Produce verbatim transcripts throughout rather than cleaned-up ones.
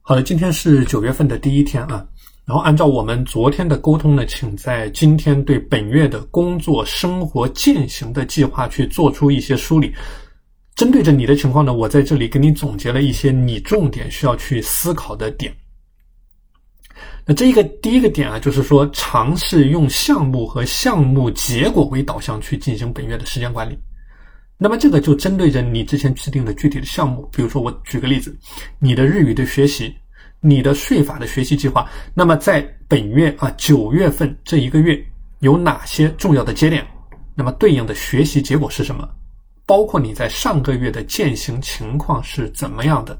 好的，今天是九月份的第一天啊，然后按照我们昨天的沟通呢，请在今天对本月的工作、生活践行的计划去做出一些梳理。针对着你的情况呢，我在这里给你总结了一些你重点需要去思考的点。那这一个第一个点啊，就是说尝试用项目和项目结果为导向去进行本月的时间管理。那么这个就针对着你之前制定的具体的项目，比如说我举个例子，你的日语的学习，你的税法的学习计划，那么在本月啊九月份这一个月有哪些重要的节点，那么对应的学习结果是什么，包括你在上个月的践行情况是怎么样的。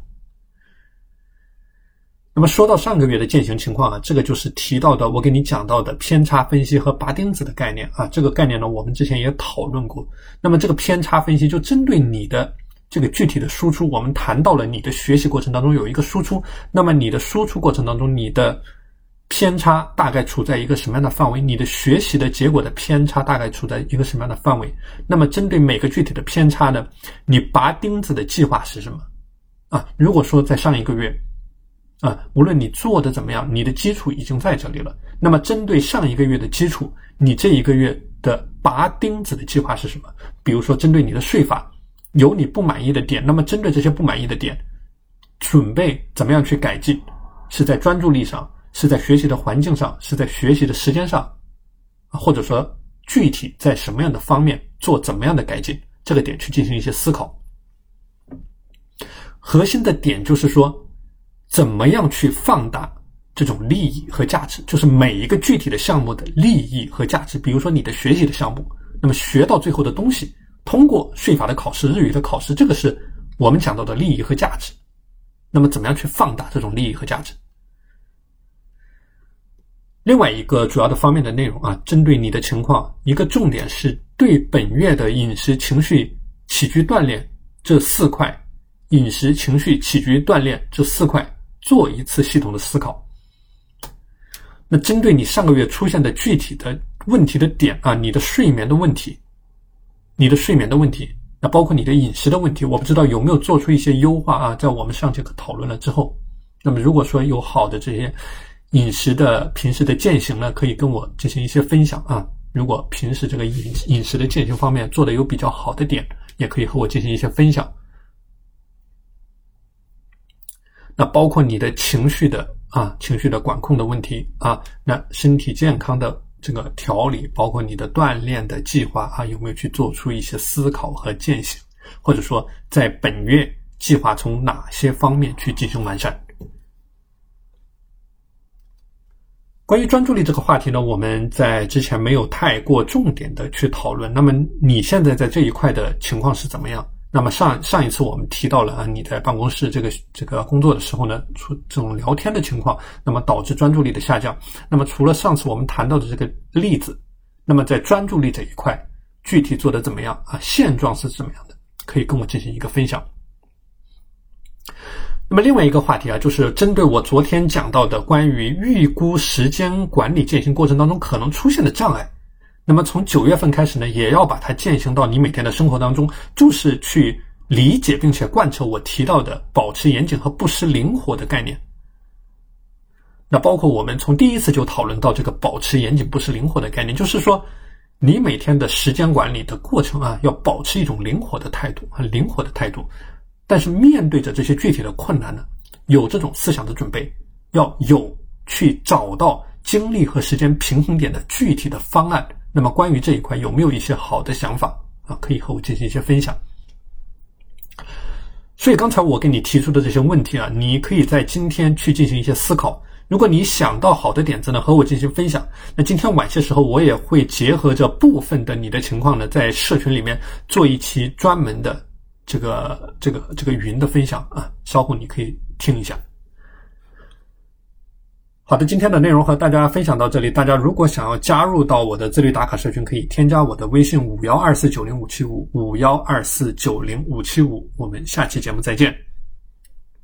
那么说到上个月的践行情况啊，这个就是提到的我给你讲到的偏差分析和拔钉子的概念啊，这个概念呢我们之前也讨论过。那么这个偏差分析就针对你的这个具体的输出，我们谈到了你的学习过程当中有一个输出，那么你的输出过程当中你的偏差大概处在一个什么样的范围，你的学习的结果的偏差大概处在一个什么样的范围，那么针对每个具体的偏差呢，你拔钉子的计划是什么啊？如果说在上一个月啊，无论你做的怎么样，你的基础已经在这里了，那么针对上一个月的基础，你这一个月的拔钉子的计划是什么？比如说针对你的税法有你不满意的点，那么针对这些不满意的点准备怎么样去改进，是在专注力上，是在学习的环境上，是在学习的时间上，或者说具体在什么样的方面做怎么样的改进，这个点去进行一些思考。核心的点就是说怎么样去放大这种利益和价值，就是每一个具体的项目的利益和价值。比如说你的学习的项目，那么学到最后的东西，通过税法的考试、日语的考试，这个是我们讲到的利益和价值。那么怎么样去放大这种利益和价值？另外一个主要的方面的内容啊，针对你的情况，一个重点是对本月的饮食、情绪、起居、锻炼这四块，饮食、情绪、起居、锻炼这四块做一次系统的思考。那针对你上个月出现的具体的问题的点啊，你的睡眠的问题，你的睡眠的问题，那包括你的饮食的问题，我不知道有没有做出一些优化啊，在我们上节课讨论了之后，那么如果说有好的这些饮食的平时的践行呢，可以跟我进行一些分享啊。如果平时这个饮饮食的践行方面做的有比较好的点，也可以和我进行一些分享。那包括你的情绪的啊，情绪的管控的问题啊，那身体健康的这个调理，包括你的锻炼的计划啊，有没有去做出一些思考和践行，或者说在本月计划从哪些方面去进行完善。关于专注力这个话题呢，我们在之前没有太过重点的去讨论。那么你现在在这一块的情况是怎么样？那么上上一次我们提到了啊，你在办公室这个这个工作的时候呢，出这种聊天的情况，那么导致专注力的下降。那么除了上次我们谈到的这个例子，那么在专注力这一块具体做得怎么样啊？现状是怎么样的？可以跟我进行一个分享。那么另外一个话题啊，就是针对我昨天讲到的关于预估时间管理践行过程当中可能出现的障碍。那么从九月份开始呢，也要把它践行到你每天的生活当中，就是去理解并且贯彻我提到的保持严谨和不失灵活的概念。那包括我们从第一次就讨论到这个保持严谨不失灵活的概念，就是说你每天的时间管理的过程啊，要保持一种灵活的态度，很灵活的态度。但是面对着这些具体的困难呢，有这种思想的准备，要有去找到精力和时间平衡点的具体的方案。那么关于这一块有没有一些好的想法啊，可以和我进行一些分享。所以刚才我给你提出的这些问题啊，你可以在今天去进行一些思考。如果你想到好的点子呢，和我进行分享，那今天晚些时候我也会结合着部分的你的情况呢，在社群里面做一期专门的这个这个这个语音的分享啊，稍后你可以听一下。好的，今天的内容和大家分享到这里。大家如果想要加入到我的自律打卡社群，可以添加我的微信五一二四九零五七五 五一二四九零五七五。我们下期节目再见。